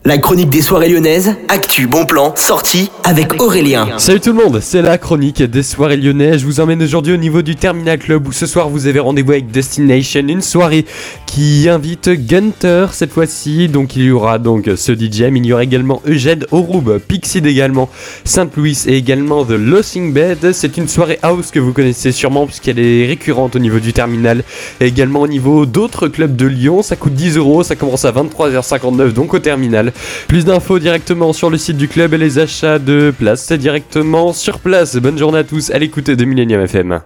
La chronique des soirées lyonnaises, actu, bon plan, sortie avec Aurélien. Salut tout le monde, c'est la chronique des soirées lyonnaises. Je vous emmène aujourd'hui au niveau du Terminal Club où ce soir vous avez rendez-vous avec Destination, une soirée qui invite Gunter cette fois-ci. Donc il y aura donc ce DJ, mais il y aura également Eugène Oroub, Pixid également, Saint-Louis et également The Lossing Bed. C'est une soirée house que vous connaissez sûrement puisqu'elle est récurrente au niveau du Terminal et également au niveau d'autres clubs de Lyon. Ça coûte 10€, ça commence à 23h59 donc au Terminal. Plus d'infos directement sur le site du club et les achats de places, c'est directement sur place. Bonne journée à tous à l'écoute de Millennium FM.